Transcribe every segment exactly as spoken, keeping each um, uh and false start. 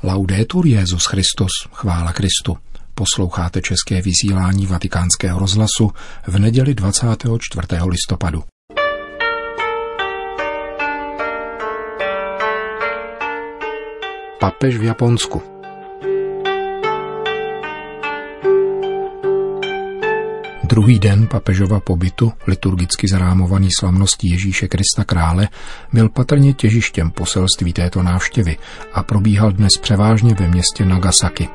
Laudetur Jesus Christus, chvála Kristu. Posloucháte české vysílání Vatikánského rozhlasu v neděli dvacátého čtvrtého listopadu. Papež v Japonsku. Druhý den papežova pobytu, liturgicky zarámovaný slavností Ježíše Krista Krále, byl patrně těžištěm poselství této návštěvy a probíhal dnes převážně ve městě Nagasaki.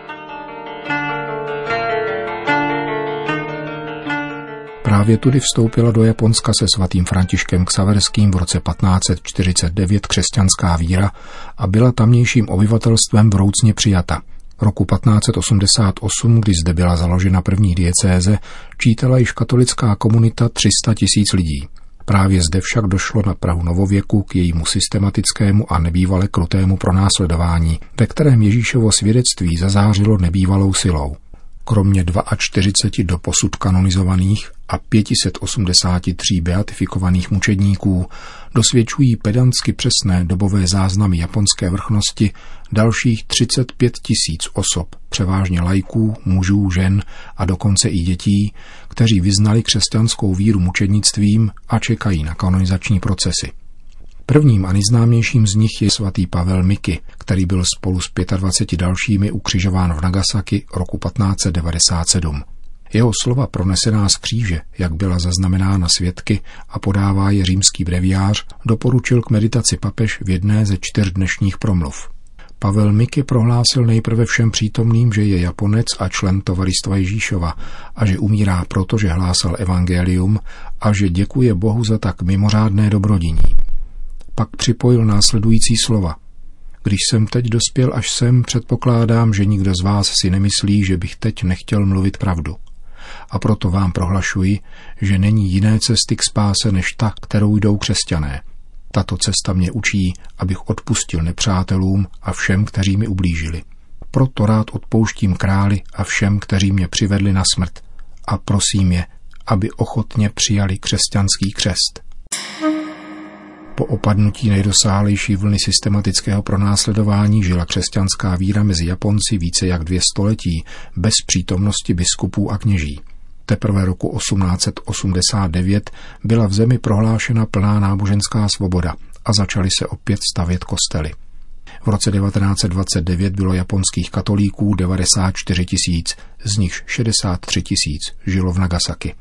Právě tudy vstoupila do Japonska se svatým Františkem Xaverským v roce patnáct set čtyřicet devět křesťanská víra a byla tamnějším obyvatelstvem vroucně přijata. Roku patnáct set osmdesát osm, kdy zde byla založena první diecéze, čítala již katolická komunita tři sta tisíc lidí. Právě zde však došlo na prahu novověku k jejímu systematickému a nebývale krutému pronásledování, ve kterém Ježíšovo svědectví zazářilo nebývalou silou. Kromě čtyřiceti dvou doposud kanonizovaných a pět set osmdesát tři beatifikovaných mučedníků dosvědčují pedantsky přesné dobové záznamy japonské vrchnosti dalších třicet pět tisíc osob, převážně laiků, mužů, žen a dokonce i dětí, kteří vyznali křesťanskou víru mučednictvím a čekají na kanonizační procesy. Prvním a nejznámějším z nich je svatý Pavel Miki, který byl spolu s dvaceti pěti dalšími ukřižován v Nagasaki roku patnáct set devadesát sedm. Jeho slova pronesená z kříže, jak byla zaznamenána svědky a podává je římský breviář, doporučil k meditaci papež v jedné ze čtyř dnešních promluv. Pavel Miki prohlásil nejprve všem přítomným, že je Japonec a člen Tovaristva Ježíšova a že umírá proto, že hlásal evangelium a že děkuje Bohu za tak mimořádné dobrodiní. Pak připojil následující slova. Když jsem teď dospěl až sem, předpokládám, že nikdo z vás si nemyslí, že bych teď nechtěl mluvit pravdu. A proto vám prohlašuji, že není jiné cesty k spáse než ta, kterou jdou křesťané. Tato cesta mě učí, abych odpustil nepřátelům a všem, kteří mi ublížili. Proto rád odpouštím králi a všem, kteří mě přivedli na smrt. A prosím je, aby ochotně přijali křesťanský křest. Po opadnutí nejdosáhlejší vlny systematického pronásledování žila křesťanská víra mezi Japonci více jak dvě století bez přítomnosti biskupů a kněží. Teprve roku osmnáct set osmdesát devět byla v zemi prohlášena plná náboženská svoboda a začaly se opět stavět kostely. V roce devatenáct set dvacet devět bylo japonských katolíků devadesát čtyři tisíc, z nichž šedesát tři tisíc žilo v Nagasaki.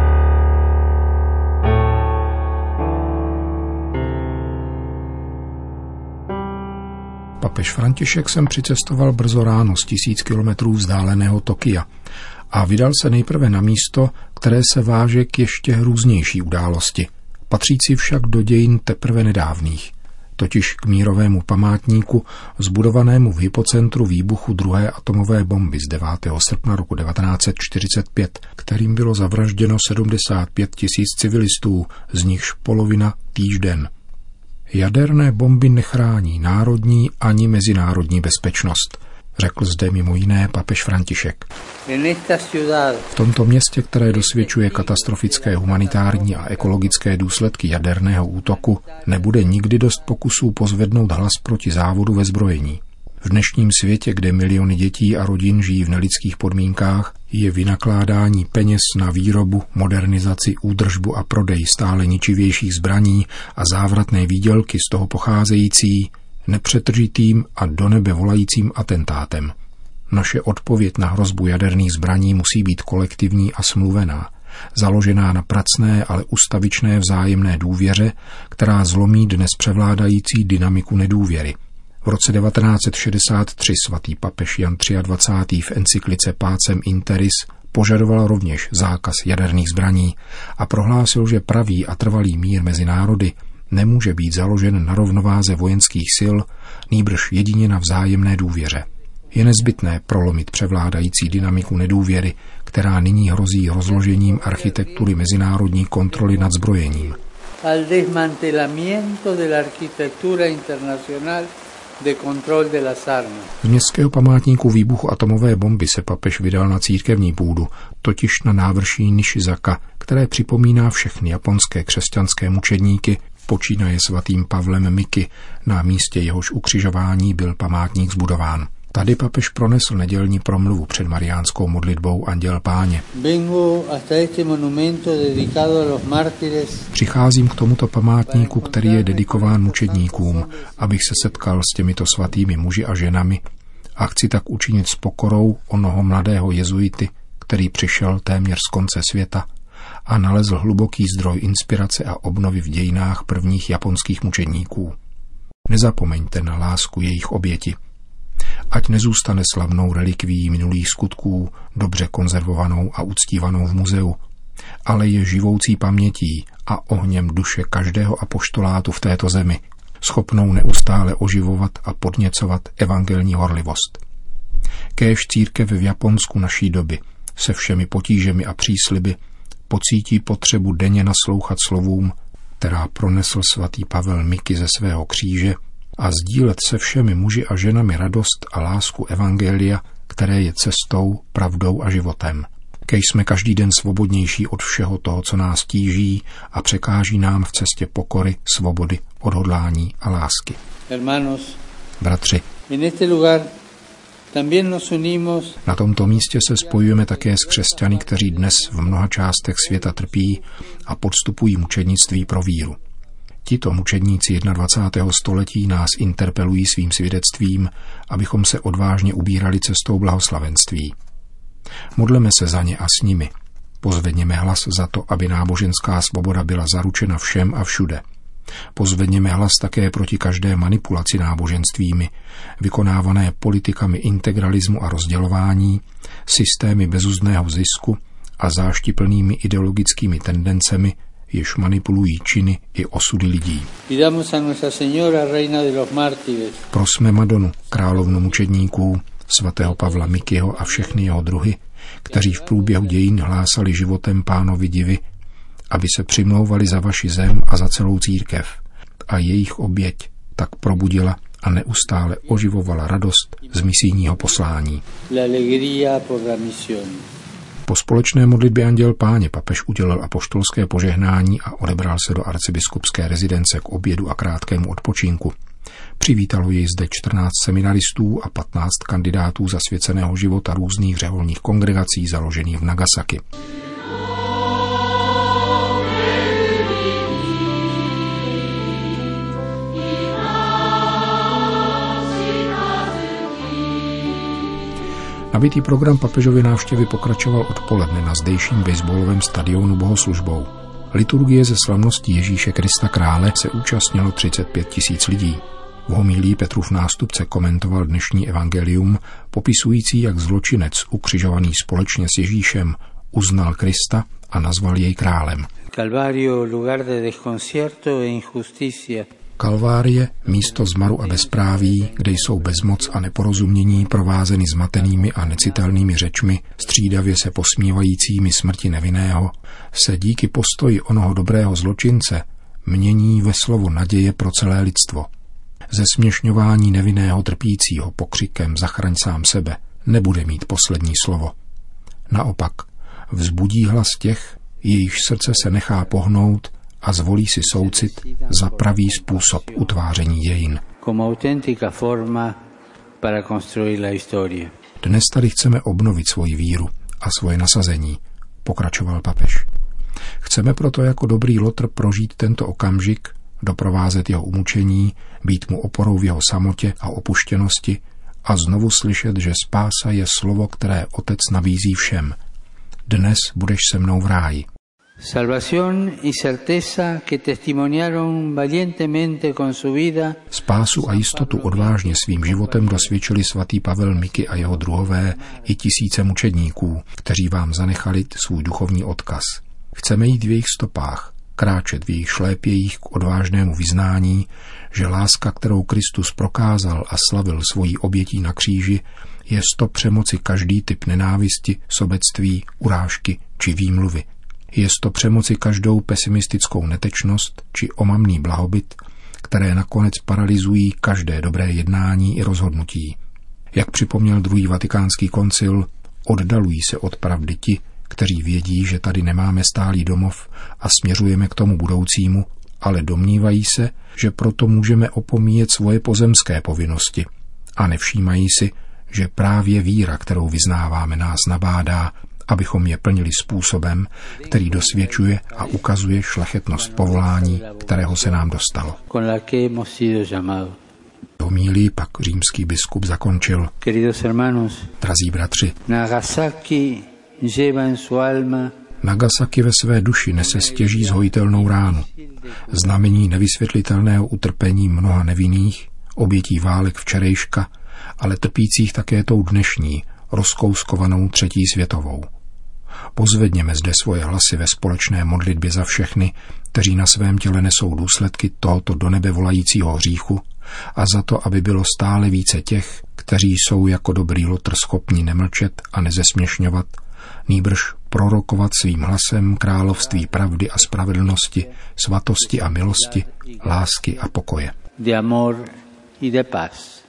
Papež František sem přicestoval brzo ráno z tisíc kilometrů vzdáleného Tokia a vydal se nejprve na místo, které se váže k ještě hrůznější události, patřící však do dějin teprve nedávných, totiž k mírovému památníku zbudovanému v hypocentru výbuchu druhé atomové bomby z devátého srpna roku devatenáct set čtyřicet pět, kterým bylo zavražděno sedmdesát pět tisíc civilistů, z nichž polovina týžden. Jaderné bomby nechrání národní ani mezinárodní bezpečnost, řekl zde mimo jiné papež František. V tomto městě, které dosvědčuje katastrofické humanitární a ekologické důsledky jaderného útoku, nebude nikdy dost pokusů pozvednout hlas proti závodu ve zbrojení. V dnešním světě, kde miliony dětí a rodin žijí v nelidských podmínkách, je vynakládání peněz na výrobu, modernizaci, údržbu a prodej stále ničivějších zbraní a závratné výdělky z toho pocházející nepřetržitým a do nebe volajícím atentátem. Naše odpověď na hrozbu jaderných zbraní musí být kolektivní a smluvená, založená na pracné, ale ustavičné vzájemné důvěře, která zlomí dnes převládající dynamiku nedůvěry. V roce devatenáct set šedesát tři svatý papež Jan dvacátý třetí v encyklice Pacem in Terris požadoval rovněž zákaz jaderných zbraní a prohlásil, že pravý a trvalý mír mezi národy nemůže být založen na rovnováze vojenských sil, nýbrž jedině na vzájemné důvěře. Je nezbytné prolomit převládající dynamiku nedůvěry, která nyní hrozí rozložením architektury mezinárodní kontroly nad zbrojením. Al desmantelamiento de la arquitectura internacional de control de las armas. Z městského památníku výbuchu atomové bomby se papež vydal na církevní půdu, totiž na návrší Nishizaka, které připomíná všechny japonské křesťanské mučedníky, Počínaje svatým Pavlem Miky, na místě jehož ukřižování byl památník zbudován. Tady papež pronesl nedělní promluvu před mariánskou modlitbou Anděl Páně. Přicházím k tomuto památníku, který je dedikován mučedníkům, abych se setkal s těmito svatými muži a ženami a chci tak učinit s pokorou onoho mladého jezuity, který přišel téměř z konce světa a nalezl hluboký zdroj inspirace a obnovy v dějinách prvních japonských mučedníků. Nezapomeňte na lásku jejich oběti. Ať nezůstane slavnou relikvií minulých skutků, dobře konzervovanou a uctívanou v muzeu, ale je živoucí pamětí a ohněm duše každého apoštolátu v této zemi, schopnou neustále oživovat a podněcovat evangelní horlivost. Kéž církev v Japonsku naší doby se všemi potížemi a přísliby pocítí potřebu denně naslouchat slovům, která pronesl svatý Pavel Miky ze svého kříže, a sdílet se všemi muži a ženami radost a lásku evangelia, které je cestou, pravdou a životem. Kéž jsme každý den svobodnější od všeho toho, co nás tíží a překáží nám v cestě pokory, svobody, odhodlání a lásky. Hermanos, bratři, en este lugar también nos unimos. Na tomto místě se spojujeme také s křesťany, kteří dnes v mnoha částech světa trpí a podstupují mučednictví pro víru. Tito mučedníci dvacátého prvního století nás interpelují svým svědectvím, abychom se odvážně ubírali cestou blahoslavenství. Modleme se za ně a s nimi. Pozvedněme hlas za to, aby náboženská svoboda byla zaručena všem a všude. Pozvedněme hlas také proti každé manipulaci náboženstvími, vykonávané politikami integralismu a rozdělování, systémy bezuzdného zisku a záštiplnými ideologickými tendencemi, jež manipulují činy i osudy lidí. Prosme Madonu, královnu mučedníků, svatého Pavla Mikyho a všechny jeho druhy, kteří v průběhu dějin hlásali životem Pánovi divy, aby se přimlouvali za vaši zem a za celou církev a jejich oběť tak probudila a neustále oživovala radost z misijního poslání. Po společné modlitbě Anděl Páně papež udělil apoštolské požehnání a odebral se do arcibiskupské rezidence k obědu a krátkému odpočinku. Přivítalo jej zde čtrnáct seminaristů a patnáct kandidátů zasvěceného života různých řeholních kongregací založených v Nagasaki. Nabitý program papežovy návštěvy pokračoval odpoledne na zdejším baseballovém stadionu bohoslužbou. Liturgie ze slavnosti Ježíše Krista Krále se účastnilo třicet pět tisíc lidí. V homílii Petrův nástupce komentoval dnešní evangelium, popisující, jak zločinec ukřižovaný společně s Ježíšem uznal Krista a nazval jej králem. Calvario, lugar de desconcierto e injusticia. Kalvárie, místo zmaru a bezpráví, kde jsou bezmoc a neporozumění provázeny zmatenými a necitelnými řečmi, střídavě se posmívajícími smrti nevinného, se díky postoji onoho dobrého zločince mění ve slovo naděje pro celé lidstvo. Zesměšňování nevinného trpícího pokřikem zachraň sám sebe nebude mít poslední slovo. Naopak, vzbudí hlas těch, jejichž srdce se nechá pohnout a zvolí si soucit za pravý způsob utváření dějin. Dnes tady chceme obnovit svoji víru a svoje nasazení, pokračoval papež. Chceme proto jako dobrý lotr prožít tento okamžik, doprovázet jeho umučení, být mu oporou v jeho samotě a opuštěnosti a znovu slyšet, že spása je slovo, které Otec nabízí všem. Dnes budeš se mnou v ráji. Salvación y certeza que testimoniaron valientemente con su vida. Spásu a jistotu odvážně svým životem dosvědčili svatý Pavel Miky a jeho druhové i tisíce mučedníků, kteří vám zanechali svůj duchovní odkaz. Chceme jít v jejich stopách, kráčet v jejich šlépějích k odvážnému vyznání, že láska, kterou Kristus prokázal a slavil svojí obětí na kříži, je sto přemoci každý typ nenávisti, sobectví, urážky či výmluvy. Je to přemoci každou pesimistickou netečnost či omamný blahobyt, které nakonec paralyzují každé dobré jednání i rozhodnutí. Jak připomněl druhý vatikánský koncil, oddalují se od pravdy ti, kteří vědí, že tady nemáme stálý domov a směřujeme k tomu budoucímu, ale domnívají se, že proto můžeme opomíjet svoje pozemské povinnosti a nevšímají si, že právě víra, kterou vyznáváme, nás nabádá, abychom je plnili způsobem, který dosvědčuje a ukazuje šlechetnost povolání, kterého se nám dostalo. Homílii pak římský biskup zakončil. Drazí bratři, Nagasaki ve své duši nese stěží zhojitelnou ránu, znamení nevysvětlitelného utrpení mnoha nevinných, obětí válek včerejška, ale trpících také tou dnešní, rozkouskovanou třetí světovou. Pozvedněme zde svoje hlasy ve společné modlitbě za všechny, kteří na svém těle nesou důsledky tohoto do nebe volajícího hříchu, a za to, aby bylo stále více těch, kteří jsou jako dobrý lotr schopni nemlčet a nezesměšňovat, nýbrž prorokovat svým hlasem království pravdy a spravedlnosti, svatosti a milosti, lásky a pokoje. De amor y de paz.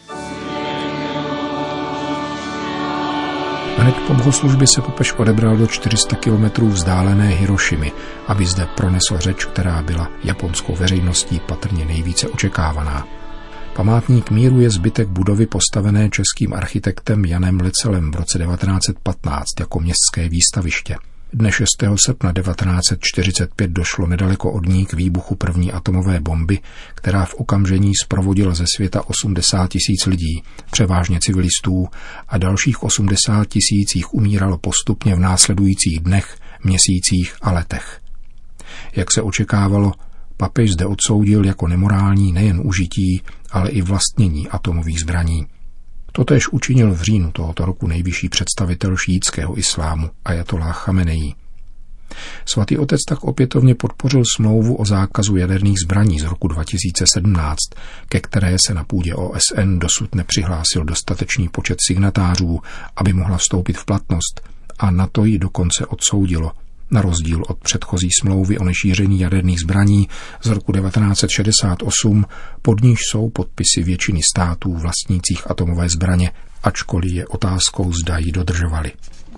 Hned po bohoslužbě se papež odebral do čtyři sta kilometrů vzdálené Hirošimy, aby zde pronesl řeč, která byla japonskou veřejností patrně nejvíce očekávaná. Památník míru je zbytek budovy postavené českým architektem Janem Lecelem v roce devatenáct set patnáct jako městské výstaviště. Dne šestého srpna devatenáct set čtyřicet pět došlo nedaleko od ní k výbuchu první atomové bomby, která v okamžení zprovodila ze světa osmdesát tisíc lidí, převážně civilistů, a dalších osmdesát tisíc jich umíralo postupně v následujících dnech, měsících a letech. Jak se očekávalo, papež zde odsoudil jako nemorální nejen užití, ale i vlastnění atomových zbraní. Totéž učinil v říjnu tohoto roku nejvyšší představitel šíitského islámu ajatolláh Chameneí. Svatý otec tak opětovně podpořil smlouvu o zákazu jaderných zbraní z roku dva tisíce sedmnáct, ke které se na půdě O S N dosud nepřihlásil dostatečný počet signatářů, aby mohla vstoupit v platnost, a na to ji dokonce odsoudilo, na rozdíl od předchozí smlouvy o nešíření jaderných zbraní z roku devatenáct set šedesát osm, pod níž jsou podpisy většiny států vlastnících atomové zbraně, ačkoliv je otázkou, zda ji dodržovali.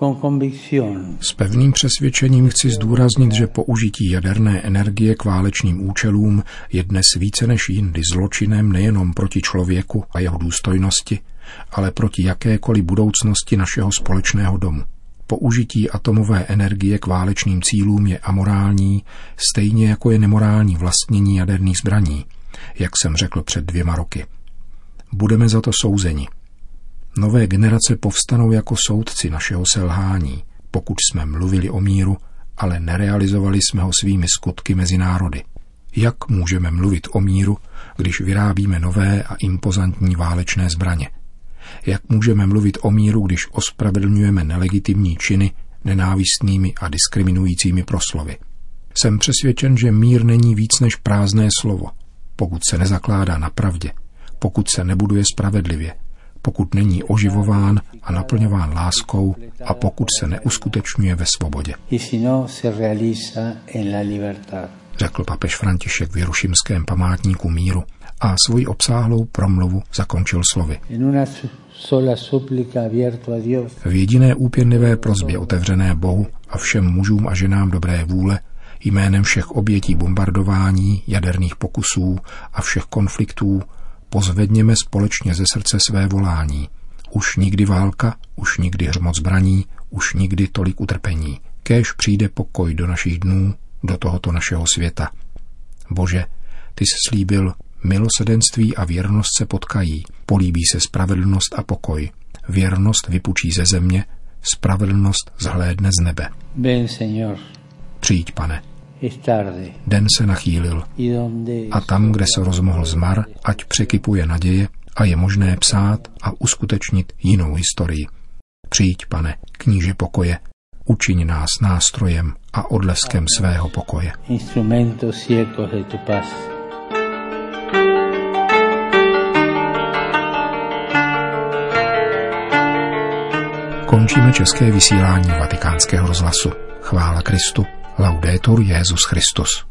S pevným přesvědčením chci zdůraznit, že použití jaderné energie k válečným účelům je dnes více než jindy zločinem nejenom proti člověku a jeho důstojnosti, ale proti jakékoliv budoucnosti našeho společného domu. Použití atomové energie k válečným cílům je amorální, stejně jako je nemorální vlastnění jaderných zbraní, jak jsem řekl před dvěma roky. Budeme za to souzeni. Nové generace povstanou jako soudci našeho selhání, pokud jsme mluvili o míru, ale nerealizovali jsme ho svými skutky mezi národy. Jak můžeme mluvit o míru, když vyrábíme nové a impozantní válečné zbraně? Jak můžeme mluvit o míru, když ospravedlňujeme nelegitimní činy nenávistnými a diskriminujícími proslovy? Jsem přesvědčen, že mír není víc než prázdné slovo, pokud se nezakládá na pravdě, pokud se nebuduje spravedlivě, pokud není oživován a naplňován láskou a pokud se neuskutečňuje ve svobodě. Řekl papež František v jerušimském památníku míru a svoji obsáhlou promluvu zakončil slovy. V jediné úpěnlivé prosbě otevřené Bohu a všem mužům a ženám dobré vůle, jménem všech obětí bombardování, jaderných pokusů a všech konfliktů, pozvedněme společně ze srdce své volání. Už nikdy válka, už nikdy hřmot zbraní, už nikdy tolik utrpení. Kéž přijde pokoj do našich dnů, do tohoto našeho světa. Bože, ty jsi slíbil, milosrdenství a věrnost se potkají, políbí se spravedlnost a pokoj. Věrnost vypučí ze země, spravedlnost zhlédne z nebe. Ven, Señor. Přijď, Pane. Den se nachýlil a tam, kde se rozmohl zmar, ať překypuje naděje a je možné psát a uskutečnit jinou historii. Přijď, Pane, kníže pokoje, učiň nás nástrojem a odleskem svého pokoje. Končíme české vysílání Vatikánského rozhlasu. Chvála Kristu. Laudetur Jesus Christus.